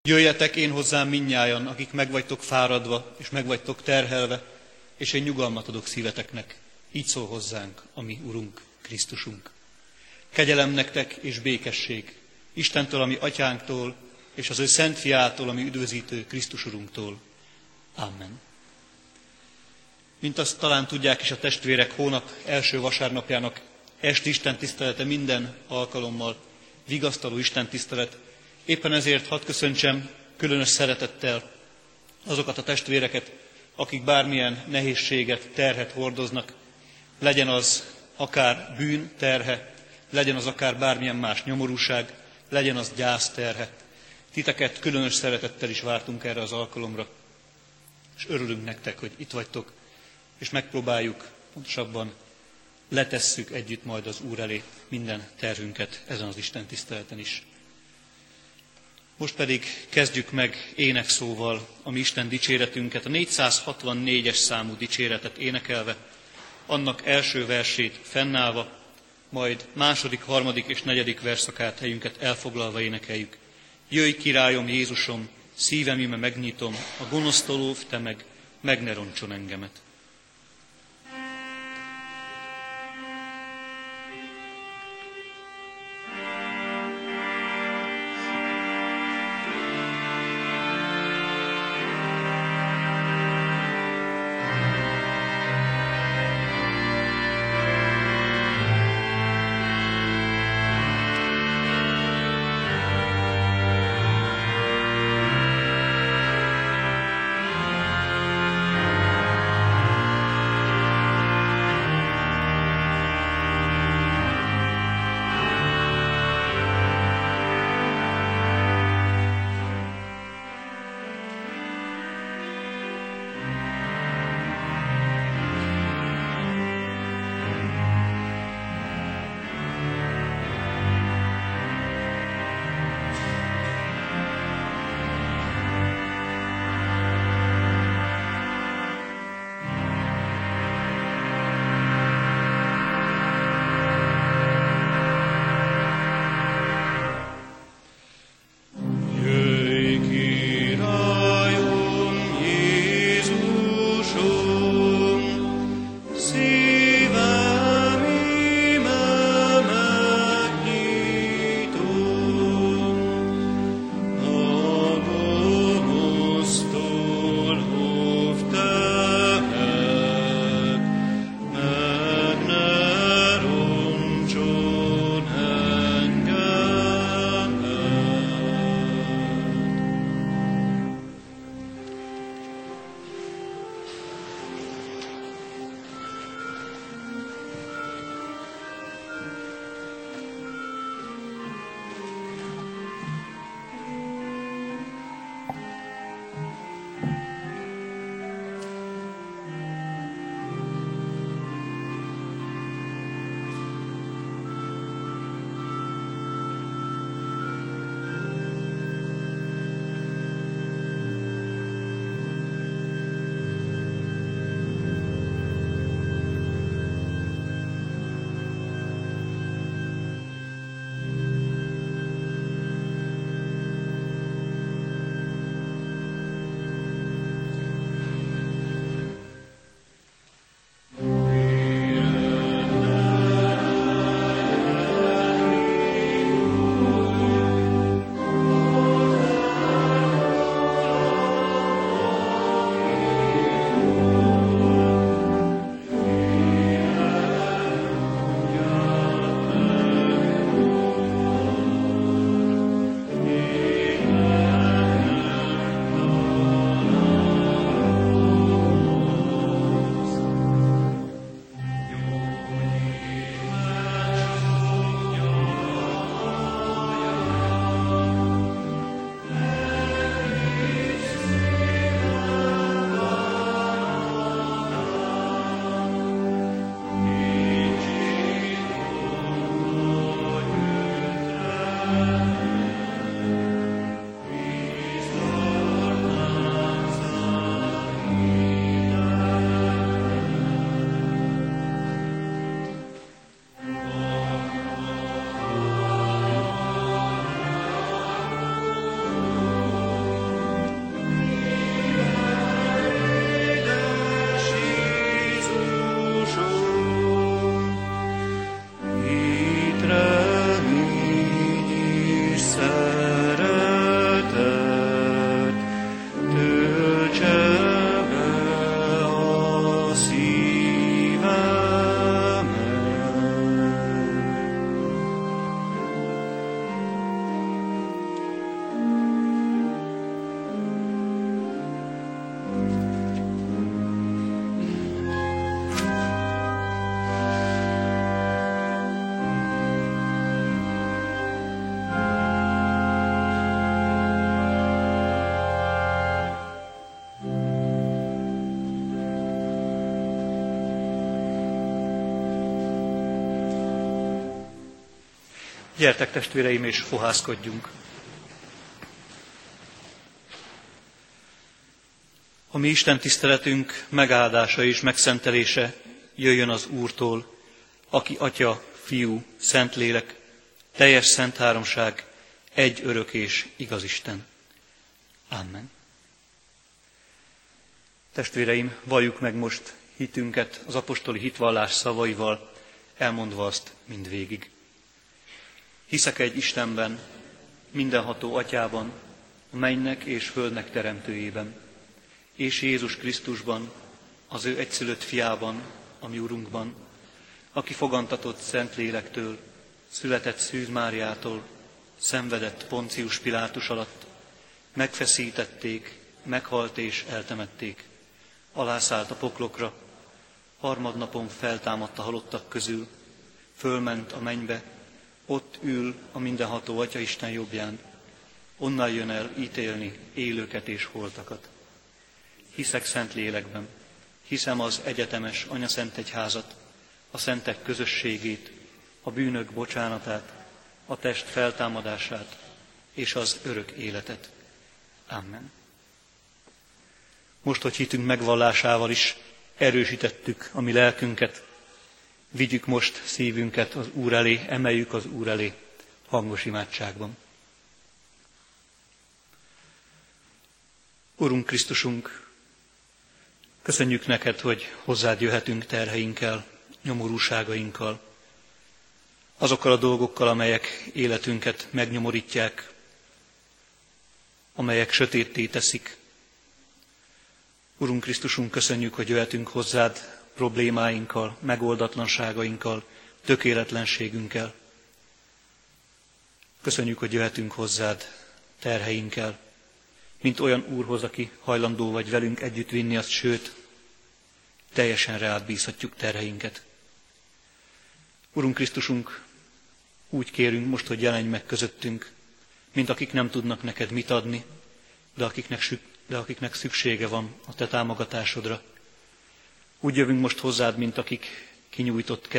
Jöjjetek én hozzám mindnyájan, akik megvagytok fáradva és megvagytok terhelve, és én nyugalmat adok szíveteknek. Így szól hozzánk a mi Urunk, Krisztusunk. Kegyelem nektek és békesség Istentől, ami Atyánktól, és az ő Szent Fiától, ami üdvözítő Krisztus Urunktól. Amen. Mint azt talán tudják is, a testvérek, hónap első vasárnapjának esti istentisztelete minden alkalommal vigasztaló istentisztelet. Éppen ezért hadd köszöntsem különös szeretettel azokat a testvéreket, akik bármilyen nehézséget, terhet hordoznak, legyen az akár bűn terhe, legyen az akár bármilyen más nyomorúság, legyen az gyász terhe. Titeket különös szeretettel is vártunk erre az alkalomra, és örülünk nektek, hogy itt vagytok, és megpróbáljuk, pontosabban letesszük együtt majd az Úr elé minden terhünket ezen az istentiszteleten is. Most pedig kezdjük meg énekszóval a mi Isten dicséretünket, a 464-es számú dicséretet énekelve, annak első versét fennállva, majd második, harmadik és negyedik verszakát, helyünket elfoglalva énekeljük. Jöjj, királyom, Jézusom, szívem íme megnyitom, a gonosztól óvj te meg ne roncson engemet. Gyertek, testvéreim, és fohászkodjunk. A mi Isten tiszteletünk megáldása és megszentelése jöjjön az Úrtól, aki Atya, Fiú, Szentlélek, teljes szent háromság, egy örök és igaz Isten. Amen. Testvéreim, valljuk meg most hitünket az apostoli hitvallás szavaival, elmondva azt mindvégig. Hiszek egy Istenben, mindenható Atyában, a mennynek és földnek teremtőjében, és Jézus Krisztusban, az ő egyszülött fiában, a mi Urunkban, aki fogantatott Szentlélektől, született Szűz Máriától, szenvedett Poncius Pilátus alatt, megfeszítették, meghalt és eltemették, alászállt a poklokra, harmadnapon feltámadt a halottak közül, fölment a mennybe, ott ül a mindenható Atya Isten jobbján, onnan jön el ítélni élőket és holtakat. Hiszek Szentlélekben, hiszem az egyetemes Anyaszentegyházat, a szentek közösségét, a bűnök bocsánatát, a test feltámadását és az örök életet. Amen. Most, hogy hitünk megvallásával is erősítettük a mi lelkünket, vigyük most szívünket az Úr elé, emeljük az Úr elé hangos imádságban. Urunk Krisztusunk, köszönjük neked, hogy hozzád jöhetünk terheinkkel, nyomorúságainkkal, azokkal a dolgokkal, amelyek életünket megnyomorítják, amelyek sötétté teszik. Urunk Krisztusunk, köszönjük, hogy jöhetünk hozzád problémáinkkal, megoldatlanságainkkal, tökéletlenségünkkel. Köszönjük, hogy jöhetünk hozzád terheinkkel, mint olyan Úrhoz, aki hajlandó vagy velünk együtt vinni azt, sőt, teljesen rád bízhatjuk terheinket. Urunk Krisztusunk, úgy kérünk most, hogy jelenj meg közöttünk, mint akik nem tudnak neked mit adni, de akiknek szüksége van a te támogatásodra. Úgy jövünk most hozzád, mint akik kinyújtott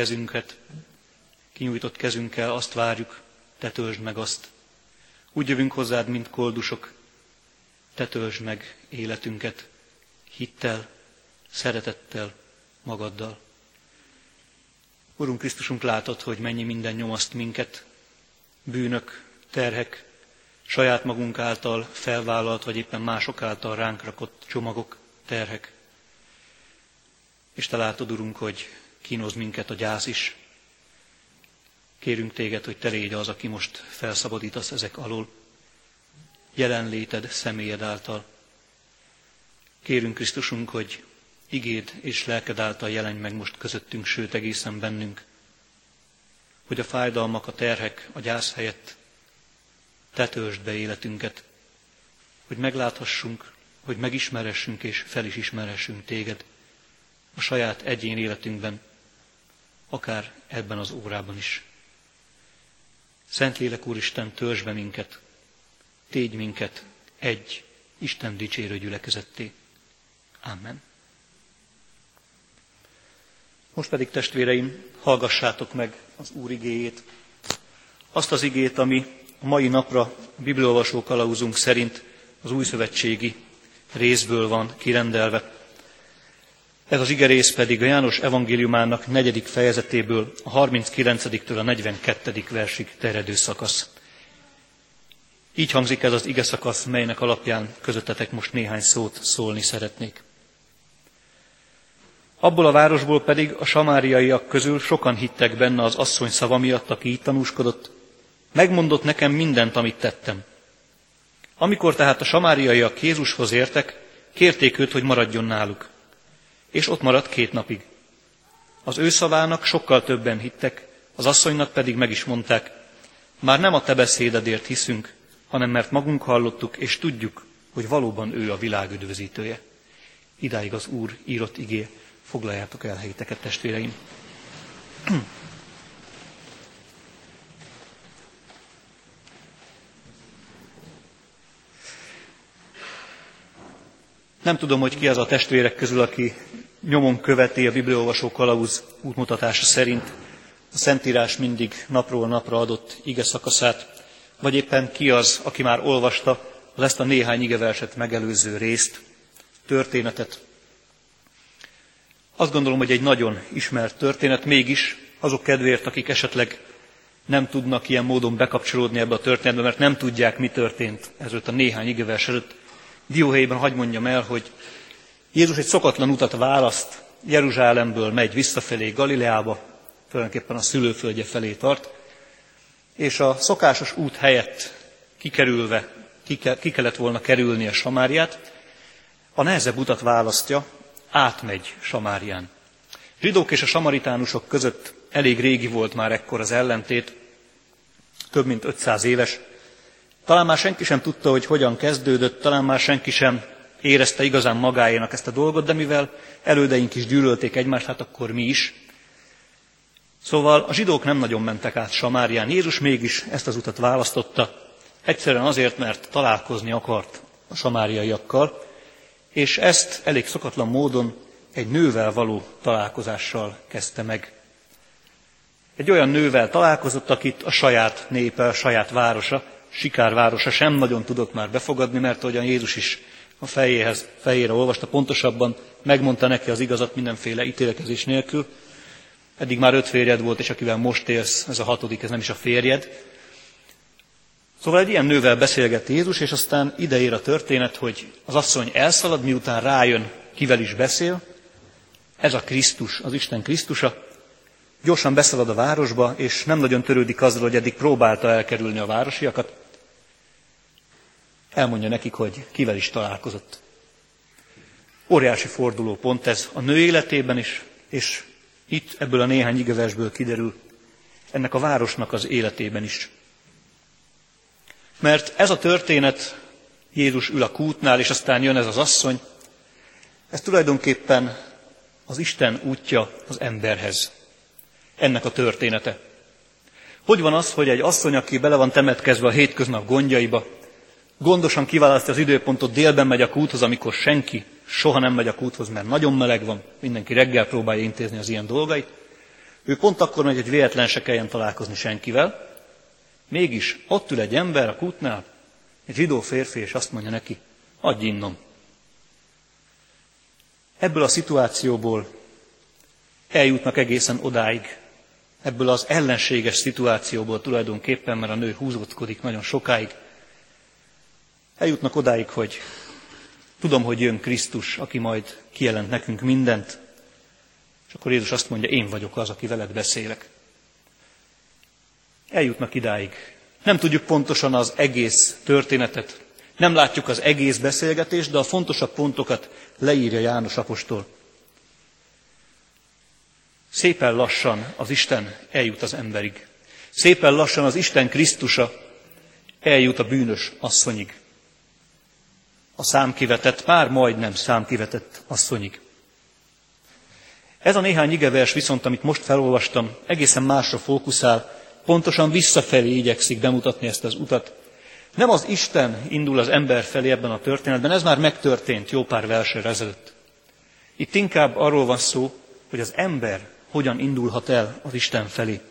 kezünkkel azt várjuk, te töltsd meg azt. Úgy jövünk hozzád, mint koldusok, te töltsd meg életünket hittel, szeretettel, magaddal. Urunk Krisztusunk, látod, hogy mennyi minden nyomaszt minket, bűnök, terhek, saját magunk által felvállalt, vagy éppen mások által ránk rakott csomagok, terhek. És te látod, Urunk, hogy kínoz minket a gyász is. Kérünk téged, hogy te légy az, aki most felszabadítasz ezek alól, jelenléted, személyed által. Kérünk Krisztusunk, hogy igéd és lelked által jelenj meg most közöttünk, sőt egészen bennünk, hogy a fájdalmak, a terhek, a gyász helyett te töltsd be életünket, hogy megláthassunk, hogy megismerhessünk és fel is ismerhessünk téged a saját egyén életünkben, akár ebben az órában is. Szentlélek Úristen, töltsd be minket, tégy minket egy Isten dicsérő gyülekezetté. Amen. Most pedig, testvéreim, hallgassátok meg az Úr igéjét, azt az igét, ami a mai napra a bibliaolvasó kalauzunk szerint az újszövetségi részből van kirendelve. Ez az igerész pedig a János evangéliumának 4. fejezetéből a 39-től a 42. versig terjedő szakasz. Így hangzik ez az ige szakasz, melynek alapján közöttetek most néhány szót szólni szeretnék. Abból a városból pedig a samáriaiak közül sokan hittek benne az asszony szava miatt, aki így tanúskodott: megmondott nekem mindent, amit tettem. Amikor tehát a samáriaiak Jézushoz értek, kérték őt, hogy maradjon náluk. És ott maradt 2 napig. Az ő szavának sokkal többen hittek, az asszonynak pedig meg is mondták: már nem a te beszédedért hiszünk, hanem mert magunk hallottuk, és tudjuk, hogy valóban ő a világ üdvözítője. Idáig az Úr írott igéje. Foglaljátok el helyiteket, testvéreim. Nem tudom, hogy ki az a testvérek közül, aki nyomon követi a bibliaolvasó kalauz útmutatása szerint a Szentírás mindig napról napra adott ige szakaszát, vagy éppen ki az, aki már olvasta az ezt a néhány igeverset megelőző részt, történetet. Azt gondolom, hogy egy nagyon ismert történet, mégis azok kedvéért, akik esetleg nem tudnak ilyen módon bekapcsolódni ebbe a történetbe, mert nem tudják, mi történt ezelőtt a néhány igevers előtt. Dióhéjban hadd mondjam el, hogy Jézus egy szokatlan utat választ, Jeruzsálemből megy visszafelé Galileába, tulajdonképpen a szülőföldje felé tart, és a szokásos út helyett ki kellett volna kerülnie Samáriát, a nehezebb utat választja, átmegy Samárián. Zsidók és a samaritánusok között elég régi volt már ekkor az ellentét, több mint 500 éves. Talán már senki sem tudta, hogy hogyan kezdődött, talán már senki sem érezte igazán magáénak ezt a dolgot, de mivel elődeink is gyűlölték egymást, hát akkor mi is. Szóval a zsidók nem nagyon mentek át Samárián, Jézus mégis ezt az utat választotta, egyszerűen azért, mert találkozni akart a samáriaiakkal, és ezt elég szokatlan módon egy nővel való találkozással kezdte meg. Egy olyan nővel találkozott, akit a saját népe, a saját városa, Sikár városa sem nagyon tudott már befogadni, mert ahogyan Jézus is a fejére olvasta, pontosabban megmondta neki az igazat mindenféle ítélkezés nélkül. Eddig már 5 férjed volt, és akivel most élsz, ez a 6., ez nem is a férjed. Szóval egy ilyen nővel beszélgett Jézus, és aztán ide ér a történet, hogy az asszony elszalad, miután rájön, kivel is beszél. Ez a Krisztus, az Isten Krisztusa. Gyorsan beszalad a városba, és nem nagyon törődik azzal, hogy eddig próbálta elkerülni a városiakat. Elmondja nekik, hogy kivel is találkozott. Óriási fordulópont ez a nő életében is, és itt ebből a néhány igeversből kiderül, ennek a városnak az életében is. Mert ez a történet, Jézus ül a kútnál, és aztán jön ez az asszony, ez tulajdonképpen az Isten útja az emberhez. Ennek a története. Hogy van az, hogy egy asszony, aki bele van temetkezve a hétköznap gondjaiba, gondosan kiválasztja az időpontot, délben megy a kúthoz, amikor senki soha nem megy a kúthoz, mert nagyon meleg van, mindenki reggel próbálja intézni az ilyen dolgait. Ő pont akkor megy, hogy véletlen se kelljen találkozni senkivel, mégis ott ül egy ember a kútnál, egy zsidó férfi, és azt mondja neki, adj innom. Ebből a szituációból eljutnak egészen odáig, ebből az ellenséges szituációból tulajdonképpen, mert a nő húzódkodik nagyon sokáig, eljutnak odáig, hogy tudom, hogy jön Krisztus, aki majd kijelent nekünk mindent, és akkor Jézus azt mondja, én vagyok az, aki veled beszélek. Eljutnak idáig. Nem tudjuk pontosan az egész történetet, nem látjuk az egész beszélgetést, de a fontosabb pontokat leírja János apostol. Szépen lassan az Isten eljut az emberig. Szépen lassan az Isten Krisztusa eljut a bűnös asszonyig. A számkivetett, már majdnem számkivetett asszonyig. Ez a néhány igevers viszont, amit most felolvastam, egészen másra fókuszál, pontosan visszafelé igyekszik bemutatni ezt az utat. Nem az Isten indul az ember felé ebben a történetben, ez már megtörtént jó pár verssel ezelőtt. Itt inkább arról van szó, hogy az ember hogyan indulhat el az Isten felé.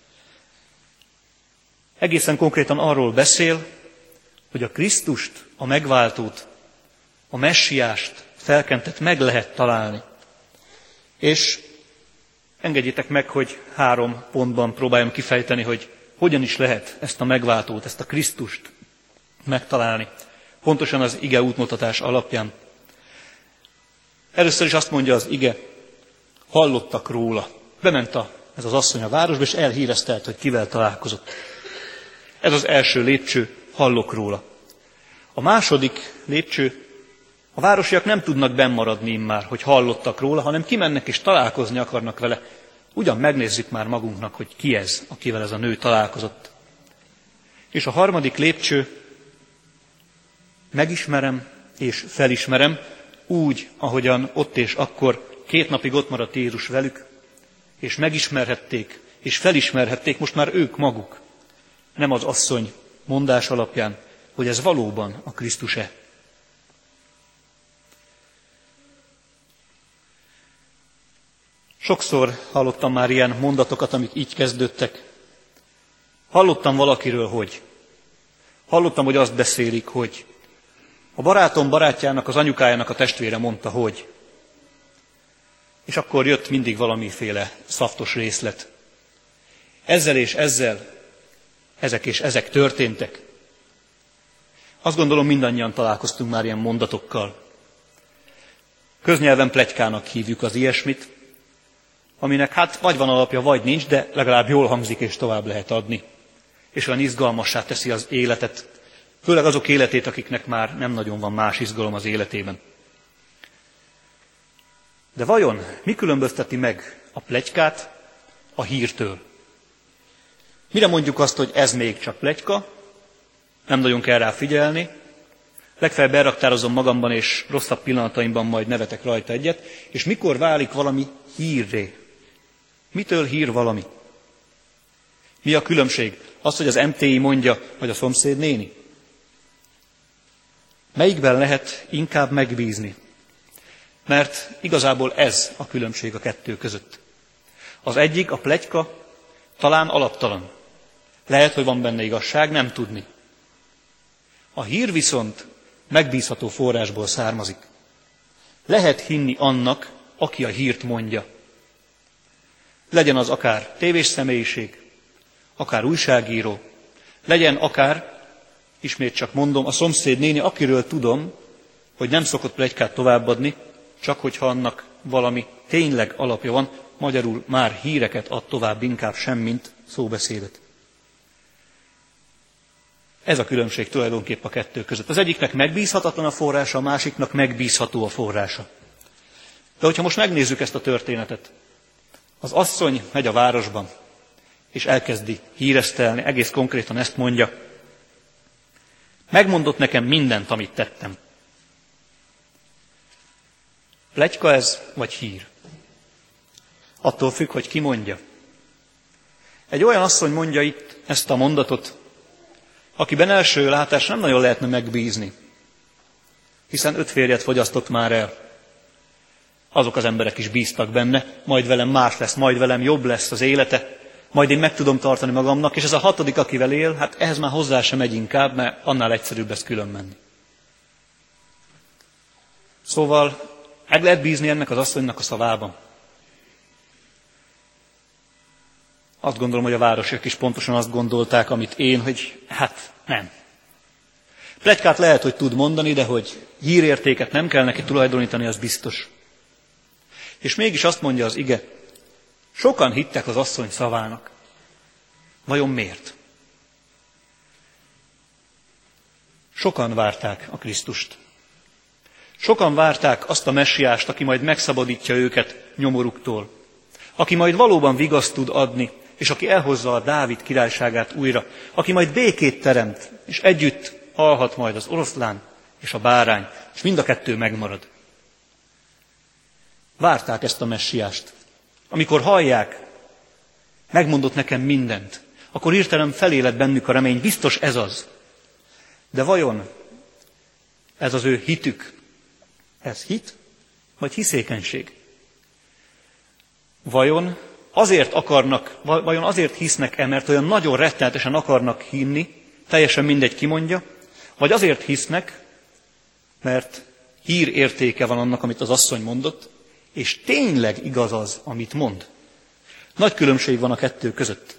Egészen konkrétan arról beszél, hogy a Krisztust, a megváltót, a messiást, felkentet meg lehet találni. És engedjétek meg, hogy 3 pontban próbáljam kifejteni, hogy hogyan is lehet ezt a megváltót, ezt a Krisztust megtalálni. Pontosan az ige útmutatás alapján. Először is azt mondja az ige, hallottak róla. Bement ez az asszony a városba, és elhíreztelt, hogy kivel találkozott. Ez az első lépcső, hallok róla. A második lépcső, a városiak nem tudnak bennmaradni immár, hogy hallottak róla, hanem kimennek és találkozni akarnak vele. Ugyan megnézzük már magunknak, hogy ki ez, akivel ez a nő találkozott. És a harmadik lépcső, megismerem és felismerem, úgy, ahogyan ott és akkor 2 napig ott maradt Jézus velük, és megismerhették, és felismerhették most már ők maguk, nem az asszony mondás alapján, hogy ez valóban a Krisztus-e. Sokszor hallottam már ilyen mondatokat, amik így kezdődtek. Hallottam valakiről, hogy. Hallottam, hogy azt beszélik, hogy. A barátom barátjának, az anyukájának a testvére mondta, hogy. És akkor jött mindig valamiféle szaftos részlet. Ezzel és ezzel, ezek és ezek történtek. Azt gondolom, mindannyian találkoztunk már ilyen mondatokkal. Köznyelven pletykának hívjuk az ilyesmit, aminek hát vagy van alapja, vagy nincs, de legalább jól hangzik és tovább lehet adni. És olyan izgalmassá teszi az életet, főleg azok életét, akiknek már nem nagyon van más izgalom az életében. De vajon mi különbözteti meg a pletykát a hírtől? Mire mondjuk azt, hogy ez még csak pletyka, nem nagyon kell rá figyelni, legfeljebb elraktározom magamban, és rosszabb pillanataimban majd nevetek rajta egyet, és mikor válik valami hírré? Mitől hír valami? Mi a különbség? Az, hogy az MTI mondja, vagy a szomszéd néni? Melyikben lehet inkább megbízni? Mert igazából ez a különbség a kettő között. Az egyik, a pletyka, talán alaptalan. Lehet, hogy van benne igazság, nem tudni. A hír viszont megbízható forrásból származik. Lehet hinni annak, aki a hírt mondja. Legyen az akár tévés személyiség, akár újságíró, legyen akár, ismét csak mondom, a szomszéd néni, akiről tudom, hogy nem szokott pletykát továbbadni, csak hogyha annak valami tényleg alapja van, magyarul már híreket ad tovább, inkább semmint szóbeszédet. Ez a különbség tulajdonképp a kettő között. Az egyiknek megbízhatatlan a forrása, a másiknak megbízható a forrása. De hogyha most megnézzük ezt a történetet, az asszony megy a városban, és elkezdi híresztelni, egész konkrétan ezt mondja. Megmondott nekem mindent, amit tettem. Pletyka ez, vagy hír? Attól függ, hogy ki mondja. Egy olyan asszony mondja itt ezt a mondatot, akiben első látásra nem nagyon lehetne megbízni, hiszen 5 férjet fogyasztott már el. Azok az emberek is bíztak benne, majd velem más lesz, majd velem jobb lesz az élete, majd én meg tudom tartani magamnak, és ez a 6., akivel él, hát ehhez már hozzá sem megy inkább, mert annál egyszerűbb ez külön menni. Szóval meg lehet bízni ennek az asszonynak a szavában. Azt gondolom, hogy a városiak is pontosan azt gondolták, amit én, hogy hát nem. Pletykát lehet, hogy tud mondani, de hogy hírértéket nem kell neki tulajdonítani, az biztos. És mégis azt mondja az ige, sokan hittek az asszony szavának. Vajon miért? Sokan várták a Krisztust. Sokan várták azt a messiást, aki majd megszabadítja őket nyomoruktól. Aki majd valóban vigaszt tud adni, és aki elhozza a Dávid királyságát újra. Aki majd békét teremt, és együtt alhat majd az oroszlán és a bárány, és mind a kettő megmarad. Várták ezt a messiást. Amikor hallják, megmondott nekem mindent, akkor hirtelen feléled bennük a remény, biztos ez az. De vajon ez az ő hitük, ez hit, vagy hiszékenység? Vajon azért hisznek-e, mert olyan nagyon rettenetesen akarnak hinni, teljesen mindegy kimondja, vagy azért hisznek, mert hírértéke van annak, amit az asszony mondott, és tényleg igaz az, amit mond. Nagy különbség van a kettő között.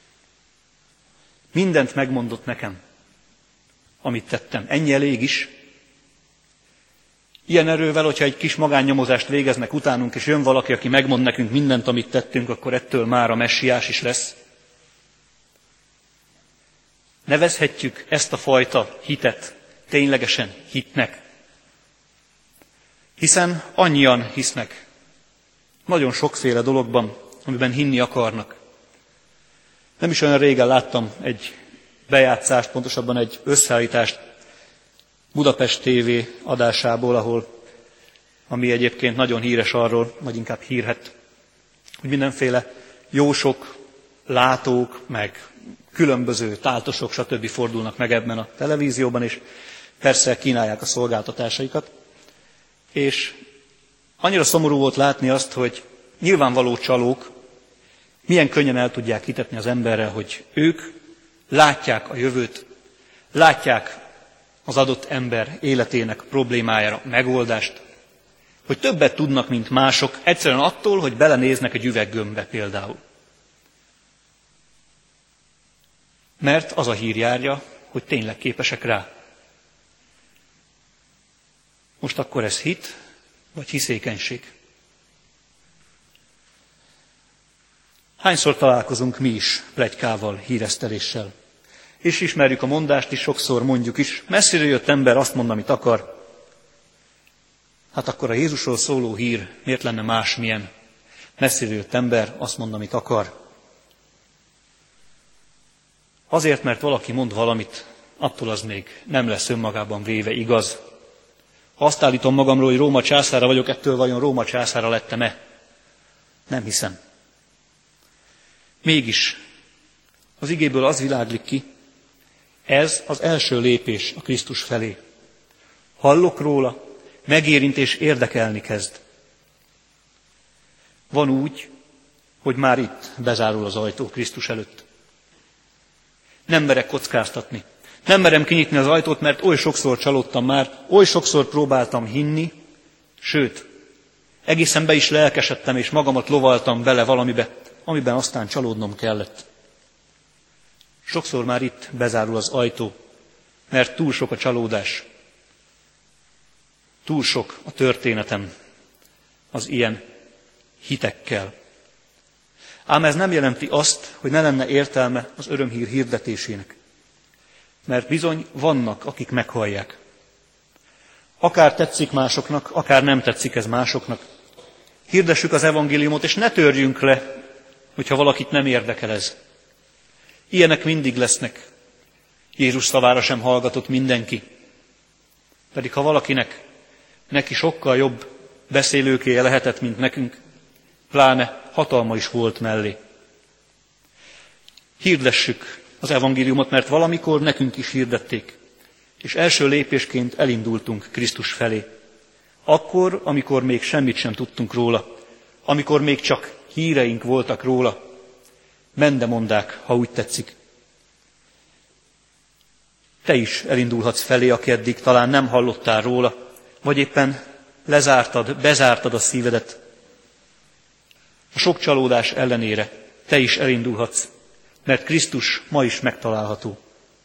Mindent megmondott nekem, amit tettem. Ennyi elég is. Ilyen erővel, hogyha egy kis magánnyomozást végeznek utánunk, és jön valaki, aki megmond nekünk mindent, amit tettünk, akkor ettől már a messiás is lesz. Nevezhetjük ezt a fajta hitet ténylegesen hitnek. Hiszen annyian hisznek nagyon sokféle dologban, amiben hinni akarnak. Nem is olyan régen láttam egy bejátszást, pontosabban egy összeállítást Budapest TV adásából, ami egyébként nagyon híres arról, vagy inkább hírhedt, hogy mindenféle jósok, látók, meg különböző táltosok, stb. Fordulnak meg ebben a televízióban, és persze kínálják a szolgáltatásaikat. És annyira szomorú volt látni azt, hogy nyilvánvaló csalók milyen könnyen el tudják hitetni az emberrel, hogy ők látják a jövőt, látják az adott ember életének problémájára megoldást, hogy többet tudnak, mint mások, egyszerűen attól, hogy belenéznek egy üveggömbbe például. Mert az a hír járja, hogy tényleg képesek rá. Most akkor ez hit, vagy hiszékenység? Hányszor találkozunk mi is pletykával, híreszteléssel? És ismerjük a mondást is, sokszor mondjuk is, messziről jött ember azt mond, amit akar. Hát akkor a Jézusról szóló hír miért lenne másmilyen? Messziről jött ember azt mond, amit akar. Azért, mert valaki mond valamit, attól az még nem lesz önmagában véve igaz. Ha azt állítom magamról, hogy Róma császára vagyok, ettől vajon Róma császára lettem-e? Nem hiszem. Mégis az igéből az világlik ki, ez az első lépés a Krisztus felé. Hallok róla, megérint és érdekelni kezd. Van úgy, hogy már itt bezárul az ajtó Krisztus előtt. Nem merek kockáztatni. Nem merem kinyitni az ajtót, mert oly sokszor csalódtam már, oly sokszor próbáltam hinni, sőt, egészen be is lelkesedtem, és magamat lovaltam bele valamibe, amiben aztán csalódnom kellett. Sokszor már itt bezárul az ajtó, mert túl sok a csalódás, túl sok a történetem az ilyen hitekkel. Ám ez nem jelenti azt, hogy ne lenne értelme az örömhír hirdetésének. Mert bizony vannak, akik meghallják. Akár tetszik másoknak, akár nem tetszik ez másoknak. Hirdessük az evangéliumot, és ne törjünk le, hogyha valakit nem érdekel ez. Ilyenek mindig lesznek. Jézus szavára sem hallgatott mindenki. Pedig ha valakinek, neki sokkal jobb beszélőkéje lehetett, mint nekünk, pláne hatalma is volt mellé. Hirdessük az evangéliumot, mert valamikor nekünk is hirdették, és első lépésként elindultunk Krisztus felé. Akkor, amikor még semmit sem tudtunk róla, amikor még csak híreink voltak róla, mendemondák, ha úgy tetszik. Te is elindulhatsz felé, aki eddig talán nem hallottál róla, vagy éppen bezártad a szívedet. A sok csalódás ellenére te is elindulhatsz, mert Krisztus ma is megtalálható.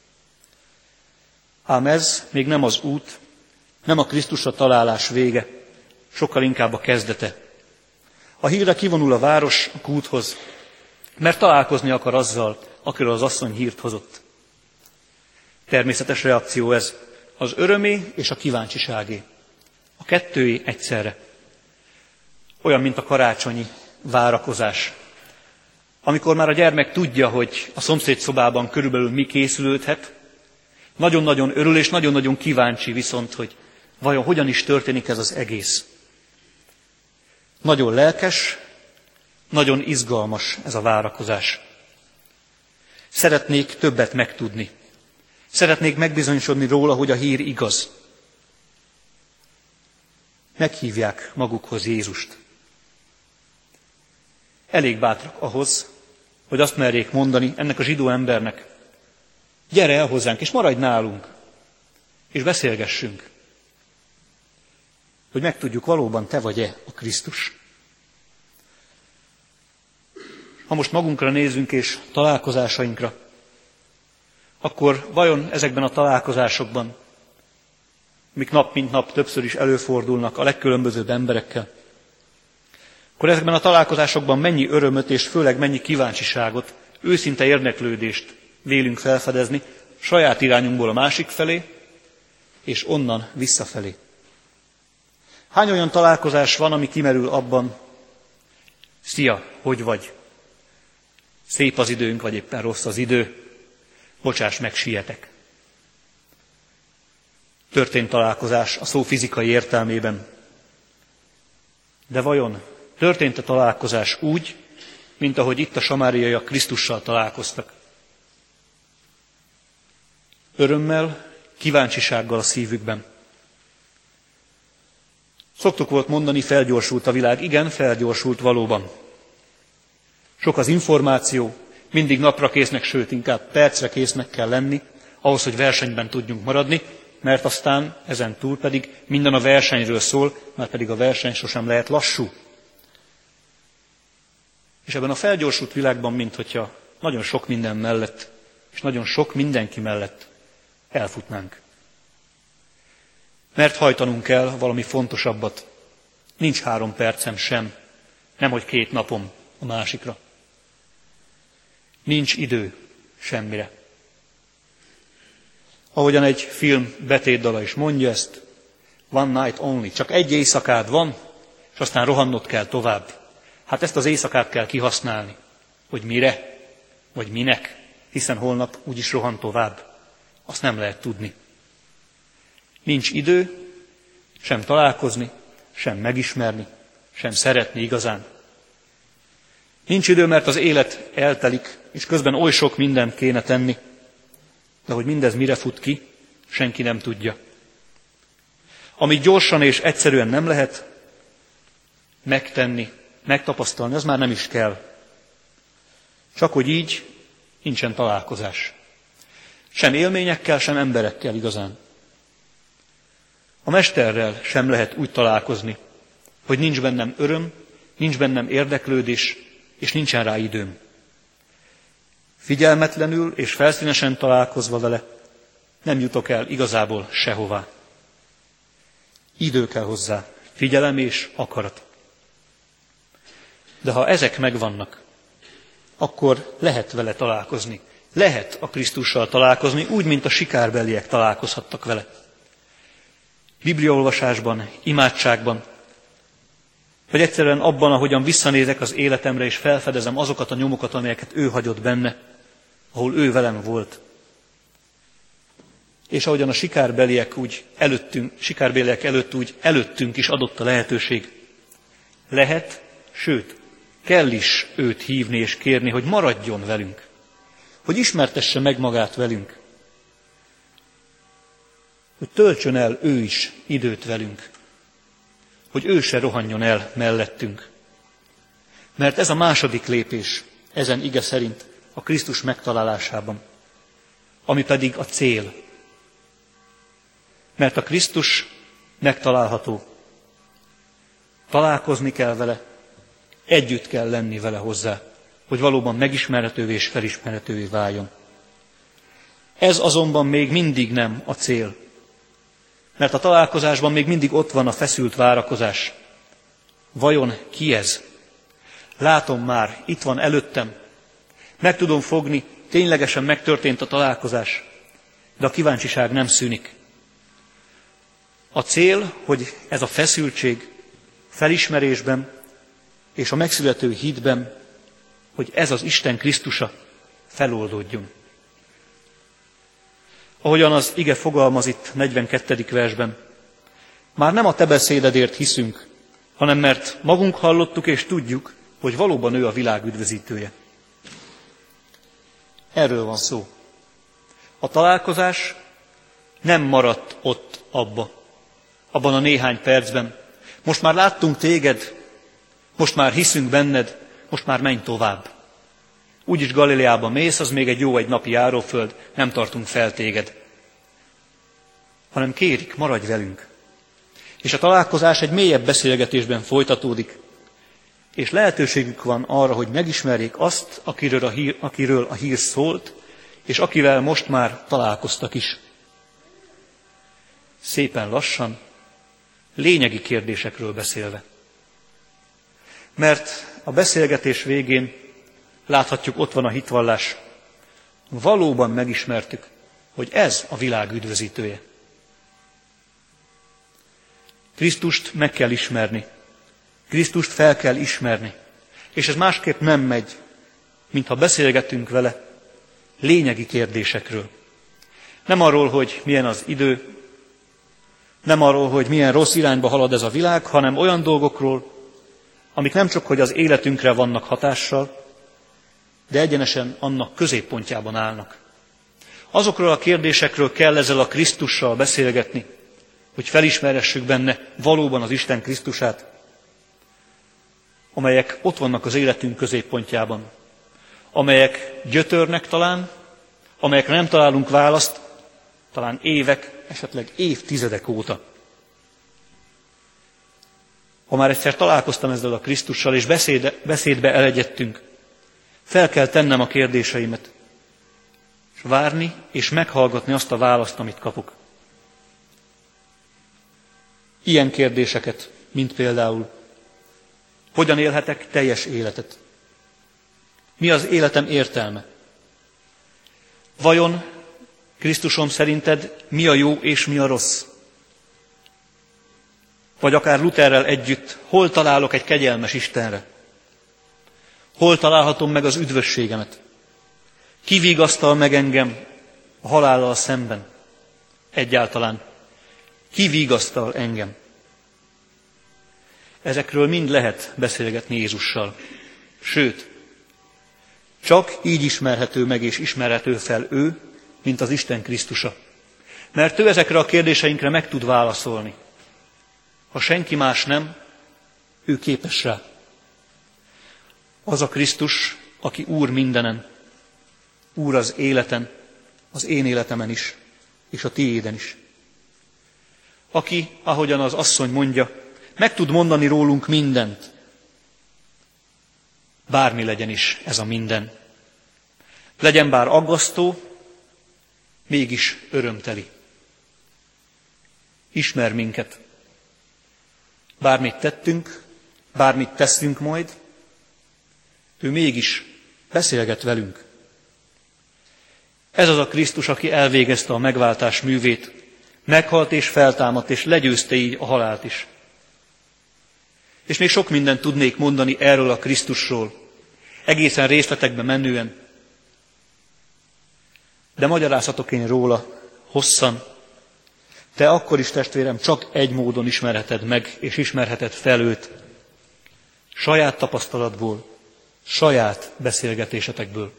Ám ez még nem az út, nem a Krisztusra találás vége, sokkal inkább a kezdete. A hírre kivonul a város a kúthoz, mert találkozni akar azzal, akiről az asszony hírt hozott. Természetes reakció ez, az örömé és a kíváncsiságé. A kettőé egyszerre. Olyan, mint a karácsonyi várakozás. Amikor már a gyermek tudja, hogy a szomszéd szobában körülbelül mi készülődhet, nagyon-nagyon örül és nagyon-nagyon kíváncsi viszont, hogy vajon hogyan is történik ez az egész. Nagyon lelkes, nagyon izgalmas ez a várakozás. Szeretnék többet megtudni. Szeretnék megbizonyosodni róla, hogy a hír igaz. Meghívják magukhoz Jézust. Elég bátrak ahhoz, hogy azt merjék mondani ennek a zsidó embernek, gyere el hozzánk, és maradj nálunk, és beszélgessünk, hogy megtudjuk, valóban te vagy-e a Krisztus. Ha most magunkra nézünk és találkozásainkra, akkor vajon ezekben a találkozásokban, amik nap mint nap többször is előfordulnak a legkülönbözőbb emberekkel, akkor ezekben a találkozásokban mennyi örömöt és főleg mennyi kíváncsiságot, őszinte érdeklődést vélünk felfedezni saját irányunkból a másik felé, és onnan visszafelé. Hány olyan találkozás van, ami kimerül abban, szia, hogy vagy? Szép az időnk, vagy éppen rossz az idő, bocsáss meg, sietek. Történt találkozás a szó fizikai értelmében. De vajon történt-e találkozás úgy, mint ahogy itt a samáriaiak Krisztussal találkoztak? Örömmel, kíváncsisággal a szívükben. Szoktuk volt mondani, felgyorsult a világ. Igen, felgyorsult valóban. Sok az információ, mindig napra késznek, sőt, inkább percre késznek kell lenni, ahhoz, hogy versenyben tudjunk maradni, mert aztán ezen túl pedig minden a versenyről szól, mert pedig a verseny sosem lehet lassú. És ebben a felgyorsult világban, minthogyha nagyon sok minden mellett, és nagyon sok mindenki mellett elfutnánk. Mert hajtanunk kell valami fontosabbat. Nincs 3 percem sem, nemhogy 2 napom a másikra. Nincs idő semmire. Ahogyan egy film betétdala is mondja ezt, one night only, csak egy éjszakád van, és aztán rohannod kell tovább. Hát ezt az éjszakát kell kihasználni, hogy mire, vagy minek, hiszen holnap úgyis rohan tovább. Azt nem lehet tudni. Nincs idő sem találkozni, sem megismerni, sem szeretni igazán. Nincs idő, mert az élet eltelik, és közben oly sok mindent kéne tenni, de hogy mindez mire fut ki, senki nem tudja. Amit gyorsan és egyszerűen nem lehet megtenni, megtapasztalni, az már nem is kell. Csak hogy így nincsen találkozás. Sem élményekkel, sem emberekkel igazán. A mesterrel sem lehet úgy találkozni, hogy nincs bennem öröm, nincs bennem érdeklődés, és nincsen rá időm. Figyelmetlenül és felszínesen találkozva vele nem jutok el igazából sehová. Idő kell hozzá, figyelem és akarat. De ha ezek megvannak, akkor lehet vele találkozni. Lehet a Krisztussal találkozni, úgy, mint a sikárbeliek találkozhattak vele. Bibliaolvasásban, imádságban, vagy egyszerűen abban, ahogyan visszanézek az életemre, és felfedezem azokat a nyomokat, amelyeket ő hagyott benne, ahol ő velem volt. És ahogyan a sikárbeliek előtt úgy előttünk is adott a lehetőség. Lehet, sőt, kell is őt hívni és kérni, hogy maradjon velünk, hogy ismertesse meg magát velünk, hogy töltsön el ő is időt velünk, hogy ő se rohanjon el mellettünk. Mert ez a második lépés, ezen ige szerint, a Krisztus megtalálásában, ami pedig a cél. Mert a Krisztus megtalálható. Találkozni kell vele, együtt kell lenni vele hozzá, hogy valóban megismerhetővé és felismerhetővé váljon. Ez azonban még mindig nem a cél. Mert a találkozásban még mindig ott van a feszült várakozás. Vajon ki ez? Látom már, itt van előttem. Meg tudom fogni, ténylegesen megtörtént a találkozás, de a kíváncsiság nem szűnik. A cél, hogy ez a feszültség felismerésben és a megszülető hitben, hogy ez az Isten Krisztusa feloldódjon. Ahogyan az ige fogalmaz itt 42. versben, már nem a te beszédedért hiszünk, hanem mert magunk hallottuk és tudjuk, hogy valóban ő a világ üdvözítője. Erről van szó. A találkozás nem maradt ott abban a néhány percben. Most már láttunk téged, most már hiszünk benned, most már menj tovább. Úgyis Galileába mész, az még egy napi járóföld, nem tartunk fel téged. Hanem kérik, maradj velünk. És a találkozás egy mélyebb beszélgetésben folytatódik, és lehetőségük van arra, hogy megismerjék azt, akiről a hír szólt, és akivel most már találkoztak is. Szépen lassan, lényegi kérdésekről beszélve. Mert a beszélgetés végén láthatjuk, ott van a hitvallás. Valóban megismertük, hogy ez a világ üdvözítője. Krisztust meg kell ismerni. Krisztust fel kell ismerni. És ez másképp nem megy, mintha beszélgetünk vele lényegi kérdésekről. Nem arról, hogy milyen az idő, nem arról, hogy milyen rossz irányba halad ez a világ, hanem olyan dolgokról, amik nem csak hogy az életünkre vannak hatással, de egyenesen annak középpontjában állnak. Azokról a kérdésekről kell ezzel a Krisztussal beszélgetni, hogy felismerhessük benne valóban az Isten Krisztusát, amelyek ott vannak az életünk középpontjában, amelyek gyötörnek talán, amelyekre nem találunk választ, talán évek, esetleg évtizedek óta. Ha már egyszer találkoztam ezzel a Krisztussal, és beszédbe elegyedtünk, fel kell tennem a kérdéseimet, és várni, és meghallgatni azt a választ, amit kapok. Ilyen kérdéseket, mint például, hogyan élhetek teljes életet? Mi az életem értelme? Vajon Krisztusom szerinted mi a jó és mi a rossz? Vagy akár Lutherrel együtt, hol találok egy kegyelmes Istenre? Hol találhatom meg az üdvösségemet? Ki vigasztal meg engem a halállal szemben? Egyáltalán. Ki vigasztal engem? Ezekről mind lehet beszélgetni Jézussal. Sőt, csak így ismerhető meg és ismerhető fel ő, mint az Isten Krisztusa. Mert ő ezekre a kérdéseinkre meg tud válaszolni. Ha senki más nem, ő képes rá. Az a Krisztus, aki Úr mindenen, Úr az életen, az én életemen is, és a tiéden is. Aki, ahogyan az asszony mondja, meg tud mondani rólunk mindent. Bármi legyen is ez a minden. Legyen bár aggasztó, mégis örömteli. Ismer minket. Bármit tettünk, bármit teszünk majd, ő mégis beszélget velünk. Ez az a Krisztus, aki elvégezte a megváltás művét, meghalt és feltámadt, és legyőzte így a halált is. És még sok mindent tudnék mondani erről a Krisztusról, egészen részletekbe menően. De magyarázhatok én róla hosszan. Te akkor is, testvérem, csak egy módon ismerheted meg, és ismerheted fel őt. Saját tapasztalatból, saját beszélgetésetekből.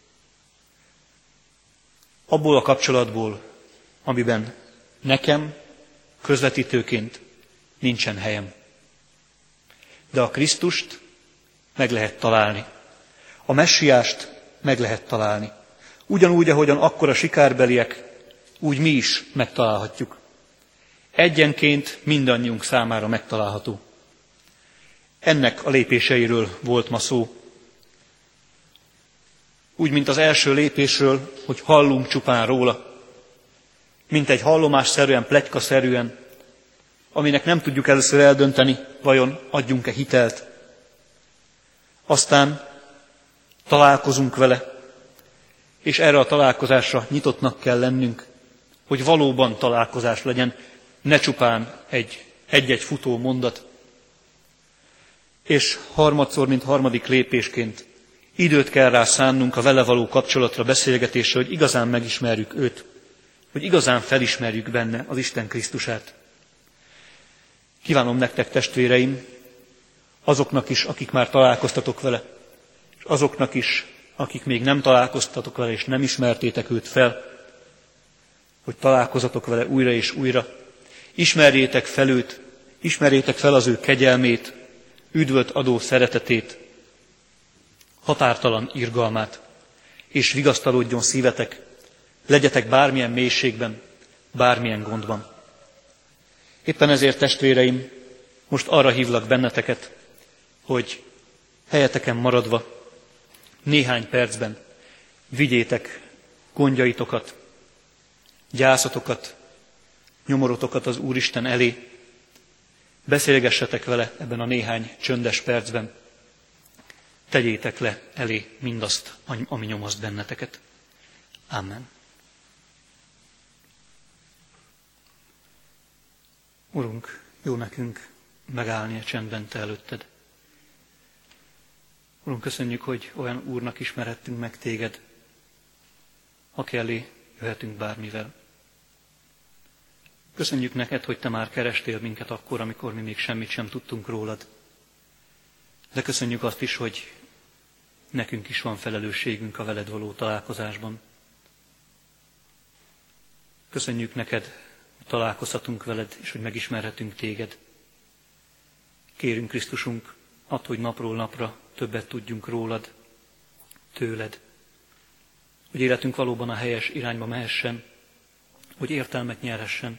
Abból a kapcsolatból, amiben nekem, közvetítőként nincsen helyem. De a Krisztust meg lehet találni. A messiást meg lehet találni. Ugyanúgy, ahogyan akkor a sikárbeliek, úgy mi is megtalálhatjuk. Egyenként mindannyiunk számára megtalálható. Ennek a lépéseiről volt ma szó. Úgy, mint az első lépésről, hogy hallunk csupán róla, mint egy hallomásszerűen, pletykaszerűen, aminek nem tudjuk először eldönteni, vajon adjunk-e hitelt. Aztán találkozunk vele, és erre a találkozásra nyitottnak kell lennünk, hogy valóban találkozás legyen, ne csupán egy-egy futó mondat. És harmadszor, mint harmadik lépésként időt kell rá szánnunk a vele való kapcsolatra, beszélgetésre, hogy igazán megismerjük őt, hogy igazán felismerjük benne az Isten Krisztusát. Kívánom nektek, testvéreim, azoknak is, akik már találkoztatok vele, és azoknak is, akik még nem találkoztatok vele, és nem ismertétek őt fel, hogy találkozatok vele újra és újra, ismerjétek fel őt, ismerjétek fel az ő kegyelmét, üdvöt adó szeretetét, határtalan irgalmát, és vigasztalódjon szívetek, legyetek bármilyen mélységben, bármilyen gondban. Éppen ezért, testvéreim, most arra hívlak benneteket, hogy helyeteken maradva néhány percben vigyétek gondjaitokat, gyászatokat, nyomorotokat az Úristen elé, beszélgessetek vele ebben a néhány csöndes percben, tegyétek le elé mindazt, ami nyomaszt benneteket. Amen. Urunk, jó nekünk megállni a csendben Te előtted. Urunk, köszönjük, hogy olyan Úrnak ismerhettünk meg Téged, aki elé jöhetünk bármivel. Köszönjük neked, hogy Te már kerestél minket akkor, amikor mi még semmit sem tudtunk rólad. De köszönjük azt is, hogy nekünk is van felelősségünk a veled való találkozásban. Köszönjük neked hogy találkozhatunk veled, és hogy megismerhetünk téged. Kérünk, Krisztusunk, add, hogy napról napra többet tudjunk rólad, tőled, hogy életünk valóban a helyes irányba mehessen, hogy értelmet nyerhessen.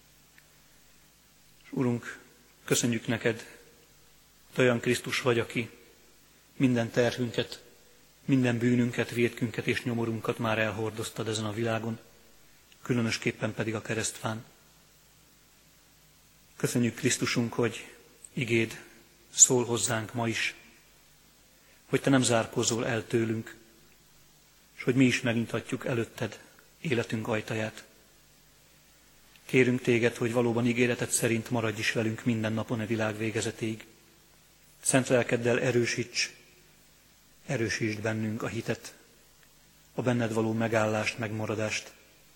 És Urunk, köszönjük neked, te olyan Krisztus vagy, aki minden terhünket, minden bűnünket, vétkünket és nyomorunkat már elhordoztad ezen a világon, különösképpen pedig a keresztfán. Köszönjük, Krisztusunk, hogy igéd szól hozzánk ma is, hogy te nem zárkózol el tőlünk, és hogy mi is megnyithatjuk előtted életünk ajtaját. Kérünk téged, hogy valóban ígéreted szerint maradj is velünk minden napon a világ végezetéig. Szent lelkeddel erősítsd bennünk a hitet, a benned való megállást, megmaradást,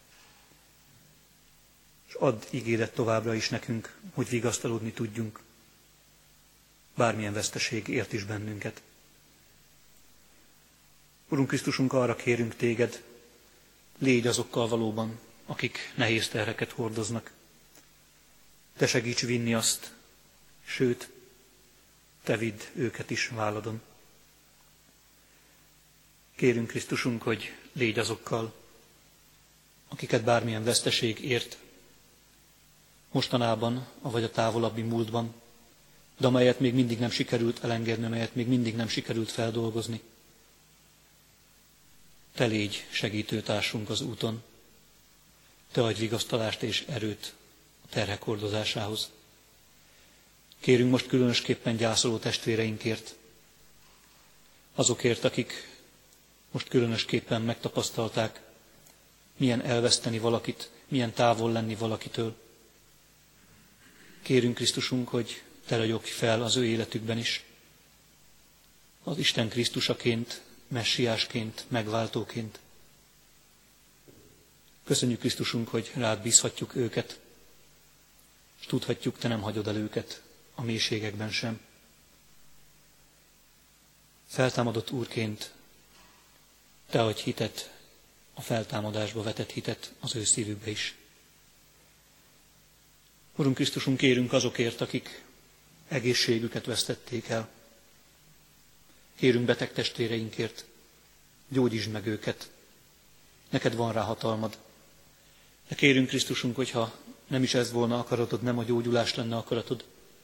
és add ígéret továbbra is nekünk, hogy vigasztalódni tudjunk, bármilyen veszteség ért is bennünket. Urunk Krisztusunk, arra kérünk téged, légy azokkal valóban, akik nehéz terheket hordoznak. Te segíts vinni azt, sőt, te vidd őket is válladon. Kérünk, Krisztusunk, hogy légy azokkal, akiket bármilyen veszteség ért, mostanában, vagy a távolabbi múltban, de amelyet még mindig nem sikerült elengedni, amelyet még mindig nem sikerült feldolgozni. Te légy segítőtársunk az úton, te adj vigasztalást és erőt a terhek hordozásához. Kérünk most különösképpen gyászoló testvéreinkért, azokért, akik most különösképpen megtapasztalták, milyen elveszteni valakit, milyen távol lenni valakitől. Kérünk, Krisztusunk, hogy te ragyogj fel az ő életükben is, az Isten Krisztusaként, messiásként, megváltóként. Köszönjük, Krisztusunk, hogy rád bízhatjuk őket, és tudhatjuk, te nem hagyod el őket a mélységekben sem. Feltámadott Úrként te adj hitet, a feltámadásba vetett hitet az ő szívükbe is. Urunk Krisztusunk, kérünk azokért, akik egészségüket vesztették el. Kérünk beteg testvéreinkért, gyógyítsd meg őket. Neked van rá hatalmad. De kérünk, Krisztusunk, hogyha nem is ez volna akaratod, nem a gyógyulás lenne akaratod,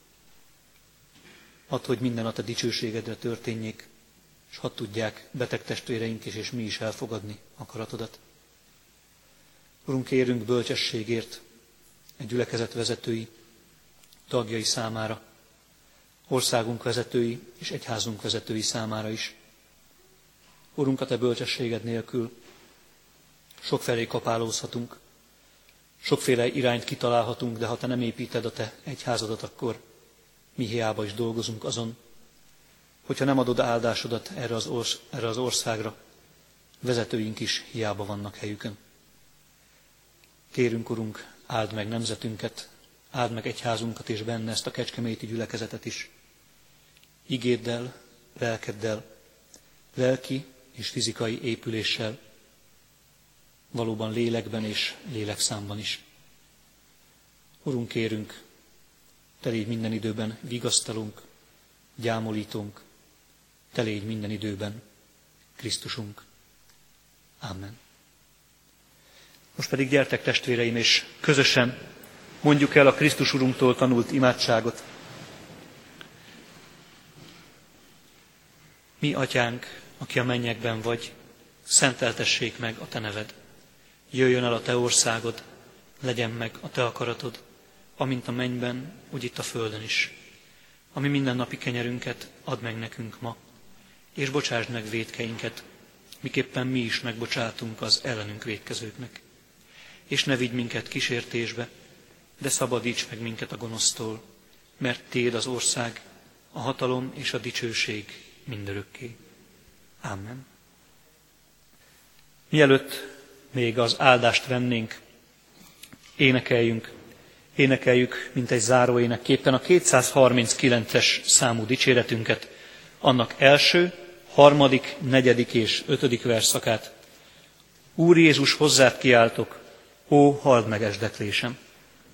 add, hogy minden a te dicsőségedre történjék, és hadd tudják beteg testvéreink is, és mi is elfogadni akaratodat. Urunk, kérünk bölcsességért egy gyülekezet vezetői, tagjai számára, országunk vezetői és egyházunk vezetői számára is. Urunk, a te bölcsességed nélkül sokfelé kapálózhatunk, sokféle irányt kitalálhatunk, de ha te nem építed a te egyházadat, akkor mi hiába is dolgozunk azon, hogyha nem adod áldásodat erre az országra, vezetőink is hiába vannak helyükön. Kérünk, Urunk, áld meg nemzetünket, áld meg egyházunkat és benne ezt a kecskeméti gyülekezetet is. Igéddel, lelkeddel, lelki és fizikai épüléssel, valóban lélekben és lélekszámban is. Urunk, kérünk, te légy minden időben vigasztalunk, gyámolítunk, te légy minden időben Krisztusunk. Amen. Most pedig gyertek, testvéreim, és közösen mondjuk el a Krisztus Urunktól tanult imádságot. Mi, Atyánk, aki a mennyekben vagy, szenteltessék meg a te neved. Jöjjön el a te országod, legyen meg a te akaratod, amint a mennyben, úgy itt a földön is. Ami mindennapi kenyerünket add meg nekünk ma, és bocsásd meg vétkeinket, miképpen mi is megbocsátunk az ellenünk vétkezőknek. És ne vigy minket kísértésbe, de szabadíts meg minket a gonosztól, mert tiéd az ország, a hatalom és a dicsőség mindörökké. Amen. Mielőtt még az áldást vennénk, énekeljük, mint egy záróénekképpen a 239-es számú dicséretünket, annak első, harmadik, negyedik és ötödik versszakát. Úr Jézus, hozzád kiáltok, ó, halld meg esdeklésem!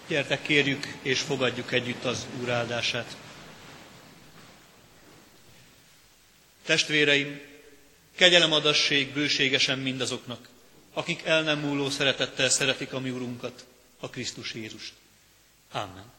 Gyertek, kérjük és fogadjuk együtt az Úr áldását. Testvéreim, kegyelemadasség bőségesen mindazoknak, akik el nem múló szeretettel szeretik a mi Urunkat, a Krisztus Jézust. Amen.